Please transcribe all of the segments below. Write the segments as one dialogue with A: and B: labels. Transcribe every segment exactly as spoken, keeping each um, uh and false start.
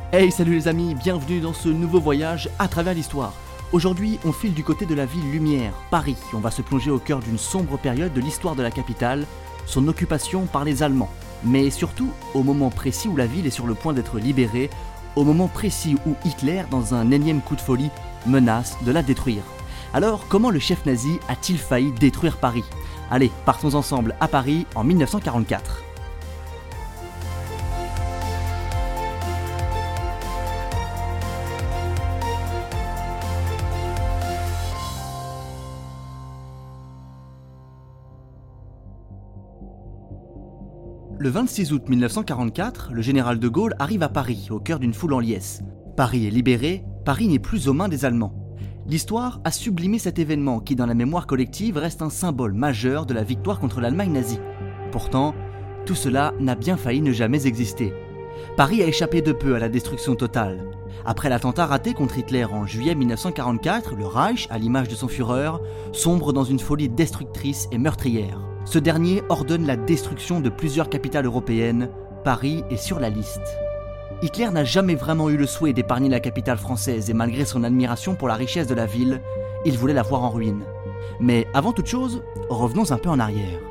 A: Hey, salut les amis, bienvenue dans ce nouveau voyage à travers l'histoire. Aujourd'hui, on file du côté de la ville lumière, Paris. On va se plonger au cœur d'une sombre période de l'histoire de la capitale, son occupation par les Allemands. Mais surtout, au moment précis où la ville est sur le point d'être libérée, au moment précis où Hitler, dans un énième coup de folie, menace de la détruire. Alors, comment le chef nazi a-t-il failli détruire Paris ? Allez, partons ensemble à Paris en mille neuf cent quarante-quatre. Le vingt-six août mille neuf cent quarante-quatre, le général de Gaulle arrive à Paris, au cœur d'une foule en liesse. Paris est libéré, Paris n'est plus aux mains des Allemands. L'histoire a sublimé cet événement qui, dans la mémoire collective, reste un symbole majeur de la victoire contre l'Allemagne nazie. Pourtant, tout cela n'a bien failli ne jamais exister. Paris a échappé de peu à la destruction totale. Après l'attentat raté contre Hitler en juillet mille neuf cent quarante-quatre, le Reich, à l'image de son Führer, sombre dans une folie destructrice et meurtrière. Ce dernier ordonne la destruction de plusieurs capitales européennes. Paris est sur la liste. Hitler n'a jamais vraiment eu le souhait d'épargner la capitale française et malgré son admiration pour la richesse de la ville, il voulait la voir en ruine. Mais avant toute chose, revenons un peu en arrière.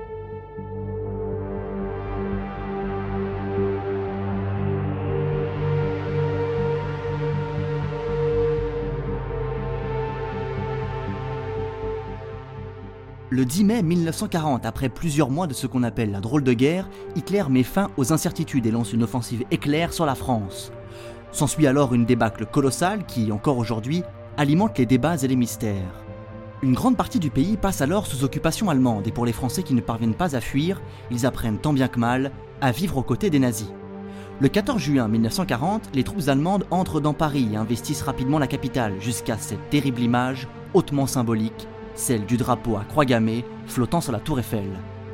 A: Le dix mai mille neuf cent quarante, après plusieurs mois de ce qu'on appelle la drôle de guerre, Hitler met fin aux incertitudes et lance une offensive éclair sur la France. S'ensuit alors une débâcle colossale qui, encore aujourd'hui, alimente les débats et les mystères. Une grande partie du pays passe alors sous occupation allemande et pour les Français qui ne parviennent pas à fuir, ils apprennent tant bien que mal à vivre aux côtés des nazis. Le quatorze juin mille neuf cent quarante, les troupes allemandes entrent dans Paris et investissent rapidement la capitale jusqu'à cette terrible image hautement symbolique, celle du drapeau à croix gammée flottant sur la tour Eiffel.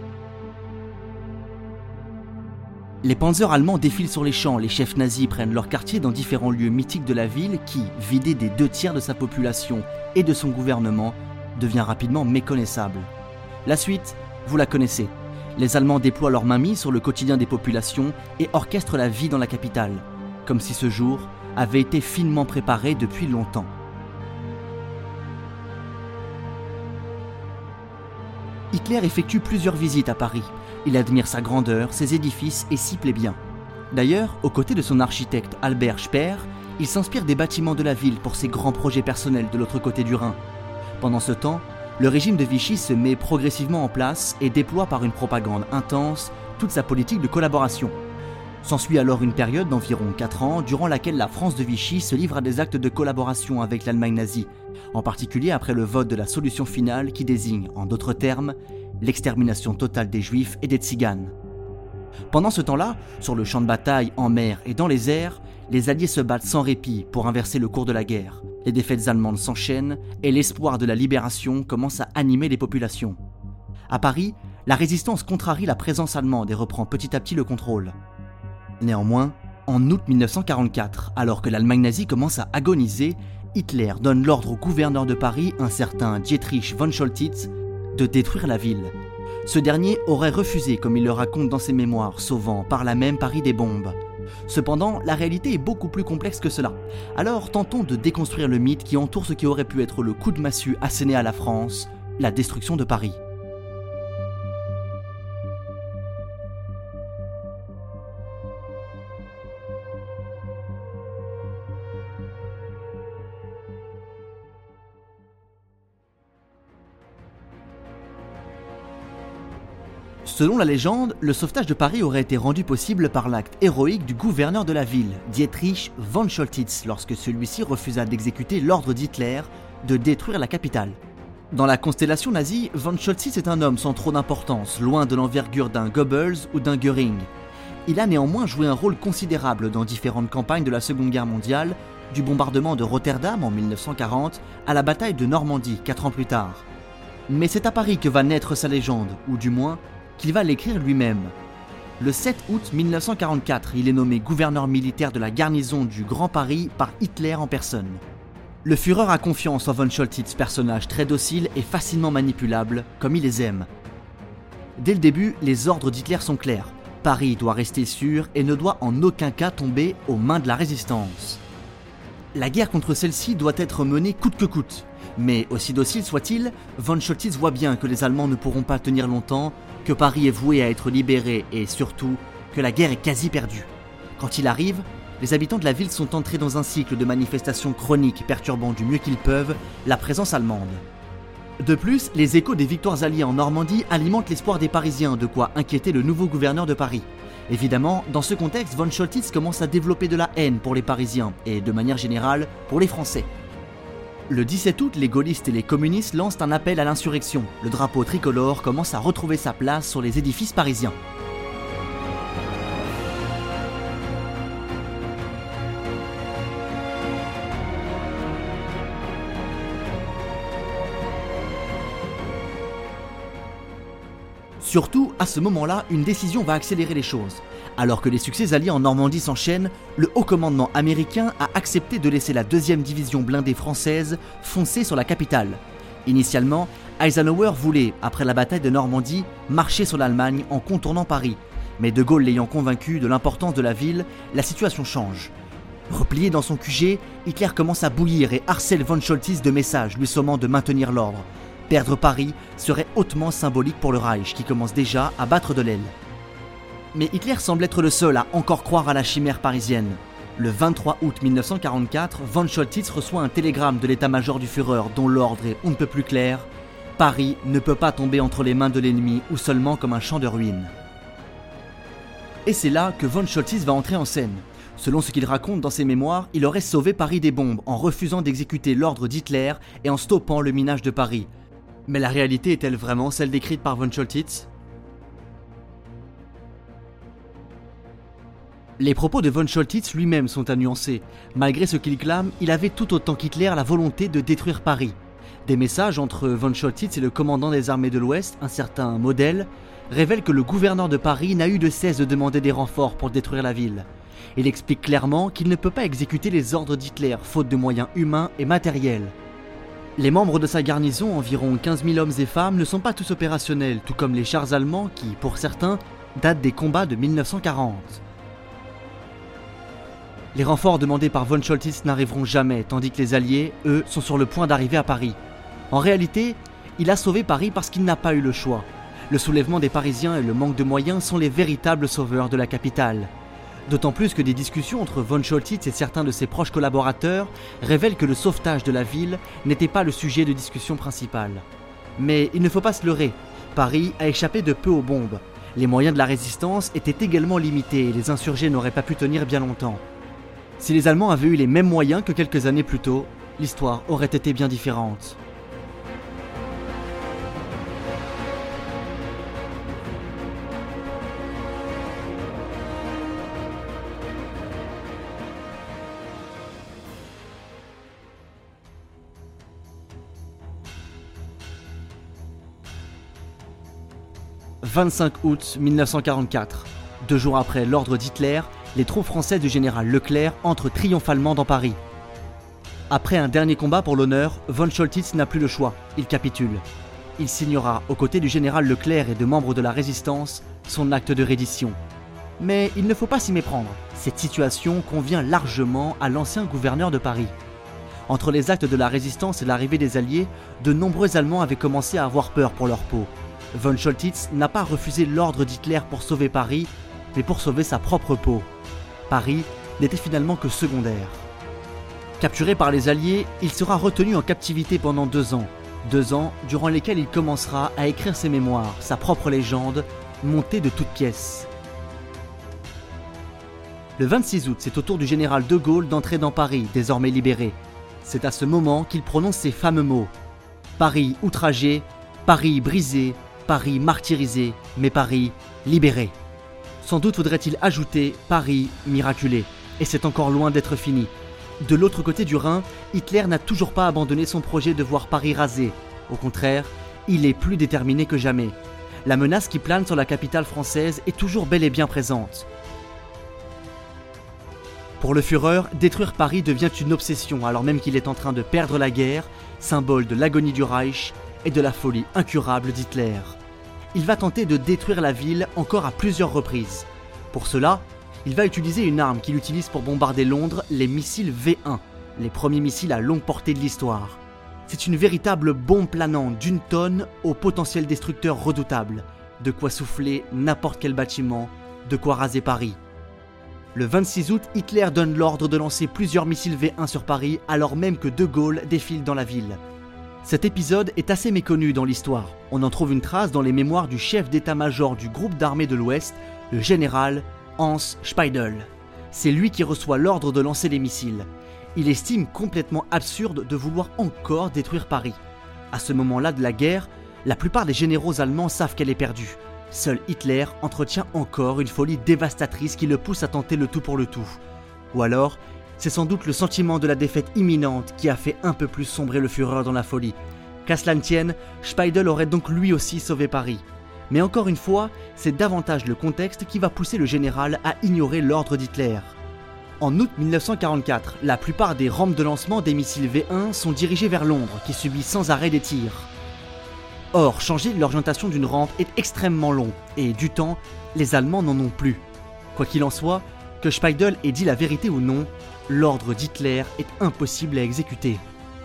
A: Les panzers allemands défilent sur les champs, les chefs nazis prennent leur quartier dans différents lieux mythiques de la ville qui, vidée des deux tiers de sa population et de son gouvernement, devient rapidement méconnaissable. La suite, vous la connaissez. Les Allemands déploient leur mainmise sur le quotidien des populations et orchestrent la vie dans la capitale, comme si ce jour avait été finement préparé depuis longtemps. Hitler effectue plusieurs visites à Paris. Il admire sa grandeur, ses édifices et s'y plaît bien. D'ailleurs, aux côtés de son architecte Albert Speer, il s'inspire des bâtiments de la ville pour ses grands projets personnels de l'autre côté du Rhin. Pendant ce temps, le régime de Vichy se met progressivement en place et déploie par une propagande intense toute sa politique de collaboration. S'ensuit alors une période d'environ quatre ans durant laquelle la France de Vichy se livre à des actes de collaboration avec l'Allemagne nazie, en particulier après le vote de la solution finale qui désigne, en d'autres termes, l'extermination totale des Juifs et des Tziganes. Pendant ce temps-là, sur le champ de bataille, en mer et dans les airs, les Alliés se battent sans répit pour inverser le cours de la guerre. Les défaites allemandes s'enchaînent et l'espoir de la libération commence à animer les populations. À Paris, la résistance contrarie la présence allemande et reprend petit à petit le contrôle. Néanmoins, en août mille neuf cent quarante-quatre, alors que l'Allemagne nazie commence à agoniser, Hitler donne l'ordre au gouverneur de Paris, un certain Dietrich von Choltitz, de détruire la ville. Ce dernier aurait refusé, comme il le raconte dans ses mémoires, sauvant par là même Paris des bombes. Cependant, la réalité est beaucoup plus complexe que cela. Alors tentons de déconstruire le mythe qui entoure ce qui aurait pu être le coup de massue asséné à la France, la destruction de Paris. Selon la légende, le sauvetage de Paris aurait été rendu possible par l'acte héroïque du gouverneur de la ville, Dietrich von Choltitz, lorsque celui-ci refusa d'exécuter l'ordre d'Hitler de détruire la capitale. Dans la constellation nazie, von Choltitz est un homme sans trop d'importance, loin de l'envergure d'un Goebbels ou d'un Göring. Il a néanmoins joué un rôle considérable dans différentes campagnes de la Seconde Guerre mondiale, du bombardement de Rotterdam en mille neuf cent quarante à la bataille de Normandie quatre ans plus tard. Mais c'est à Paris que va naître sa légende, ou du moins, qu'il va l'écrire lui-même. Le sept août mille neuf cent quarante-quatre, il est nommé gouverneur militaire de la garnison du Grand Paris par Hitler en personne. Le Führer a confiance en von Choltitz, personnage très docile et facilement manipulable, comme il les aime. Dès le début, les ordres d'Hitler sont clairs. Paris doit rester sûr et ne doit en aucun cas tomber aux mains de la résistance. La guerre contre celle-ci doit être menée coûte que coûte. Mais aussi docile soit-il, von Choltitz voit bien que les Allemands ne pourront pas tenir longtemps, que Paris est voué à être libéré et surtout que la guerre est quasi perdue. Quand il arrive, les habitants de la ville sont entrés dans un cycle de manifestations chroniques perturbant du mieux qu'ils peuvent la présence allemande. De plus, les échos des victoires alliées en Normandie alimentent l'espoir des Parisiens, de quoi inquiéter le nouveau gouverneur de Paris. Évidemment, dans ce contexte, von Choltitz commence à développer de la haine pour les Parisiens et, de manière générale, pour les Français. Le dix-sept août, les gaullistes et les communistes lancent un appel à l'insurrection. Le drapeau tricolore commence à retrouver sa place sur les édifices parisiens. Surtout, à ce moment-là, une décision va accélérer les choses. Alors que les succès alliés en Normandie s'enchaînent, le haut commandement américain a accepté de laisser la deuxième division blindée française foncer sur la capitale. Initialement, Eisenhower voulait, après la bataille de Normandie, marcher sur l'Allemagne en contournant Paris. Mais De Gaulle l'ayant convaincu de l'importance de la ville, la situation change. Replié dans son Q G, Hitler commence à bouillir et harcèle von Choltitz de messages lui sommant de maintenir l'ordre. Perdre Paris serait hautement symbolique pour le Reich qui commence déjà à battre de l'aile. Mais Hitler semble être le seul à encore croire à la chimère parisienne. Le vingt-trois août mille neuf cent quarante-quatre, von Choltitz reçoit un télégramme de l'état-major du Führer dont l'ordre est on ne peut plus clair. Paris ne peut pas tomber entre les mains de l'ennemi ou seulement comme un champ de ruines. Et c'est là que von Choltitz va entrer en scène. Selon ce qu'il raconte dans ses mémoires, il aurait sauvé Paris des bombes en refusant d'exécuter l'ordre d'Hitler et en stoppant le minage de Paris. Mais la réalité est-elle vraiment celle décrite par von Choltitz ? Les propos de von Choltitz lui-même sont à nuancer. Malgré ce qu'il clame, il avait tout autant qu'Hitler la volonté de détruire Paris. Des messages entre von Choltitz et le commandant des armées de l'Ouest, un certain Model, révèlent que le gouverneur de Paris n'a eu de cesse de demander des renforts pour détruire la ville. Il explique clairement qu'il ne peut pas exécuter les ordres d'Hitler, faute de moyens humains et matériels. Les membres de sa garnison, environ quinze mille hommes et femmes, ne sont pas tous opérationnels, tout comme les chars allemands qui, pour certains, datent des combats de mille neuf cent quarante. Les renforts demandés par von Choltitz n'arriveront jamais, tandis que les Alliés, eux, sont sur le point d'arriver à Paris. En réalité, il a sauvé Paris parce qu'il n'a pas eu le choix. Le soulèvement des Parisiens et le manque de moyens sont les véritables sauveurs de la capitale. D'autant plus que des discussions entre von Choltitz et certains de ses proches collaborateurs révèlent que le sauvetage de la ville n'était pas le sujet de discussion principal. Mais il ne faut pas se leurrer, Paris a échappé de peu aux bombes. Les moyens de la résistance étaient également limités et les insurgés n'auraient pas pu tenir bien longtemps. Si les Allemands avaient eu les mêmes moyens que quelques années plus tôt, l'histoire aurait été bien différente. vingt-cinq août mille neuf cent quarante-quatre. Deux jours après l'ordre d'Hitler, les troupes françaises du général Leclerc entrent triomphalement dans Paris. Après un dernier combat pour l'honneur, von Choltitz n'a plus le choix, il capitule. Il signera, aux côtés du général Leclerc et de membres de la résistance, son acte de reddition. Mais il ne faut pas s'y méprendre, cette situation convient largement à l'ancien gouverneur de Paris. Entre les actes de la résistance et l'arrivée des Alliés, de nombreux Allemands avaient commencé à avoir peur pour leur peau. Von Choltitz n'a pas refusé l'ordre d'Hitler pour sauver Paris, mais pour sauver sa propre peau. Paris n'était finalement que secondaire. Capturé par les Alliés, il sera retenu en captivité pendant deux ans. Deux ans durant lesquels il commencera à écrire ses mémoires, sa propre légende, montée de toutes pièces. Le vingt-six août, c'est au tour du général de Gaulle d'entrer dans Paris, désormais libéré. C'est à ce moment qu'il prononce ces fameux mots. Paris outragé, Paris brisé, Paris martyrisé, mais Paris libéré. Sans doute faudrait-il ajouter Paris miraculé, et c'est encore loin d'être fini. De l'autre côté du Rhin, Hitler n'a toujours pas abandonné son projet de voir Paris rasé. Au contraire, il est plus déterminé que jamais. La menace qui plane sur la capitale française est toujours bel et bien présente. Pour le Führer, détruire Paris devient une obsession alors même qu'il est en train de perdre la guerre, symbole de l'agonie du Reich et de la folie incurable d'Hitler. Il va tenter de détruire la ville encore à plusieurs reprises. Pour cela, il va utiliser une arme qu'il utilise pour bombarder Londres, les missiles V un, les premiers missiles à longue portée de l'histoire. C'est une véritable bombe planante d'une tonne au potentiel destructeur redoutable, de quoi souffler n'importe quel bâtiment, de quoi raser Paris. Le vingt-six août, Hitler donne l'ordre de lancer plusieurs missiles V un sur Paris alors même que De Gaulle défile dans la ville. Cet épisode est assez méconnu dans l'histoire. On en trouve une trace dans les mémoires du chef d'état-major du groupe d'armée de l'Ouest, le général Hans Speidel. C'est lui qui reçoit l'ordre de lancer les missiles. Il estime complètement absurde de vouloir encore détruire Paris. À ce moment-là de la guerre, la plupart des généraux allemands savent qu'elle est perdue. Seul Hitler entretient encore une folie dévastatrice qui le pousse à tenter le tout pour le tout. Ou alors, c'est sans doute le sentiment de la défaite imminente qui a fait un peu plus sombrer le Führer dans la folie. Qu'à cela ne tienne, Speidel aurait donc lui aussi sauvé Paris. Mais encore une fois, c'est davantage le contexte qui va pousser le général à ignorer l'ordre d'Hitler. En août mille neuf cent quarante-quatre, la plupart des rampes de lancement des missiles V un sont dirigées vers Londres, qui subit sans arrêt des tirs. Or, changer l'orientation d'une rampe est extrêmement long, et du temps, les Allemands n'en ont plus. Quoi qu'il en soit, que Speidel ait dit la vérité ou non, l'ordre d'Hitler est impossible à exécuter.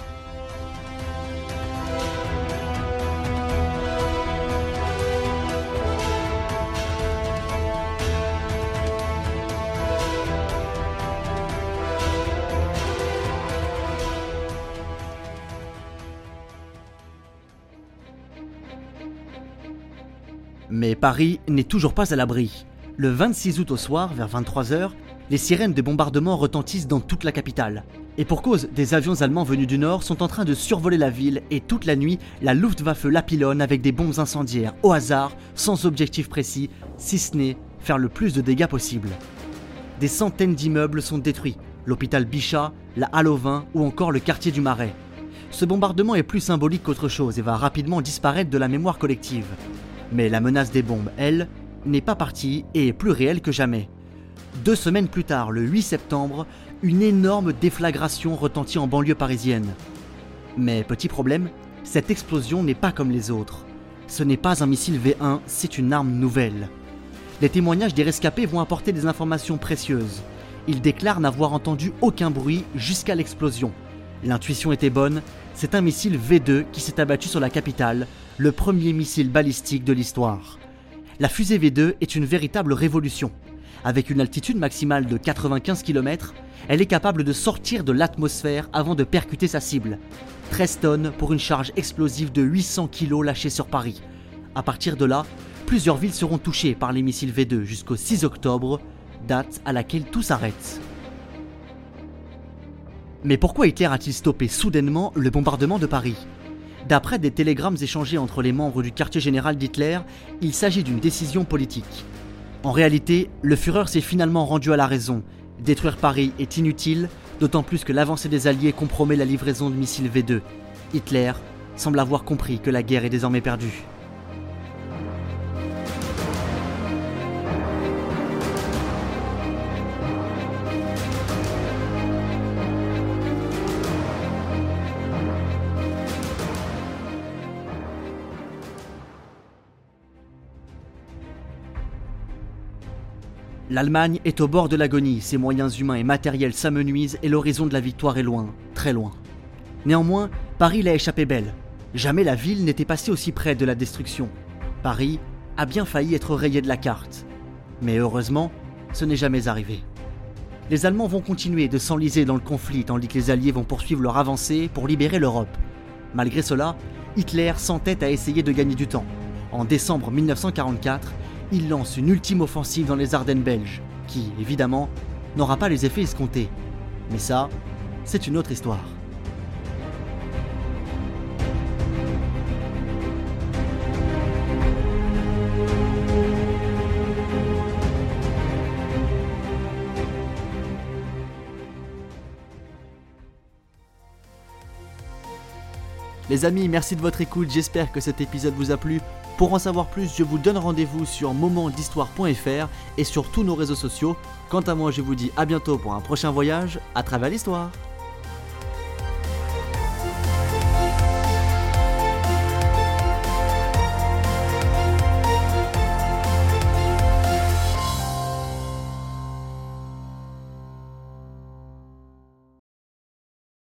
A: Mais Paris n'est toujours pas à l'abri. Le vingt-six août au soir, vers vingt-trois heures, les sirènes de bombardement retentissent dans toute la capitale. Et pour cause, des avions allemands venus du nord sont en train de survoler la ville et toute la nuit, la Luftwaffe la pilonne avec des bombes incendiaires, au hasard, sans objectif précis, si ce n'est faire le plus de dégâts possible. Des centaines d'immeubles sont détruits, l'hôpital Bichat, la Halle aux Vins ou encore le quartier du Marais. Ce bombardement est plus symbolique qu'autre chose et va rapidement disparaître de la mémoire collective. Mais la menace des bombes, elle, n'est pas partie et est plus réelle que jamais. Deux semaines plus tard, le huit septembre, une énorme déflagration retentit en banlieue parisienne. Mais petit problème, cette explosion n'est pas comme les autres. Ce n'est pas un missile V un, c'est une arme nouvelle. Les témoignages des rescapés vont apporter des informations précieuses. Ils déclarent n'avoir entendu aucun bruit jusqu'à l'explosion. L'intuition était bonne, c'est un missile V deux qui s'est abattu sur la capitale, le premier missile balistique de l'histoire. La fusée V deux est une véritable révolution. Avec une altitude maximale de quatre-vingt-quinze kilomètres, elle est capable de sortir de l'atmosphère avant de percuter sa cible. treize tonnes pour une charge explosive de huit cents kilos lâchée sur Paris. À partir de là, plusieurs villes seront touchées par les missiles V deux jusqu'au six octobre, date à laquelle tout s'arrête. Mais pourquoi Hitler a-t-il stoppé soudainement le bombardement de Paris ? D'après des télégrammes échangés entre les membres du quartier général d'Hitler, il s'agit d'une décision politique. En réalité, le Führer s'est finalement rendu à la raison. Détruire Paris est inutile, d'autant plus que l'avancée des Alliés compromet la livraison de missiles V deux. Hitler semble avoir compris que la guerre est désormais perdue. L'Allemagne est au bord de l'agonie, ses moyens humains et matériels s'amenuisent et l'horizon de la victoire est loin, très loin. Néanmoins, Paris l'a échappé belle. Jamais la ville n'était passée aussi près de la destruction. Paris a bien failli être rayé de la carte. Mais heureusement, ce n'est jamais arrivé. Les Allemands vont continuer de s'enliser dans le conflit tandis que les Alliés vont poursuivre leur avancée pour libérer l'Europe. Malgré cela, Hitler s'entête à essayer de gagner du temps. En décembre mille neuf cent quarante-quatre, il lance une ultime offensive dans les Ardennes belges, qui, évidemment, n'aura pas les effets escomptés. Mais ça, c'est une autre histoire. Les amis, merci de votre écoute, j'espère que cet épisode vous a plu. Pour en savoir plus, je vous donne rendez-vous sur moment d'histoire point f r et sur tous nos réseaux sociaux. Quant à moi, je vous dis à bientôt pour un prochain voyage à travers l'histoire.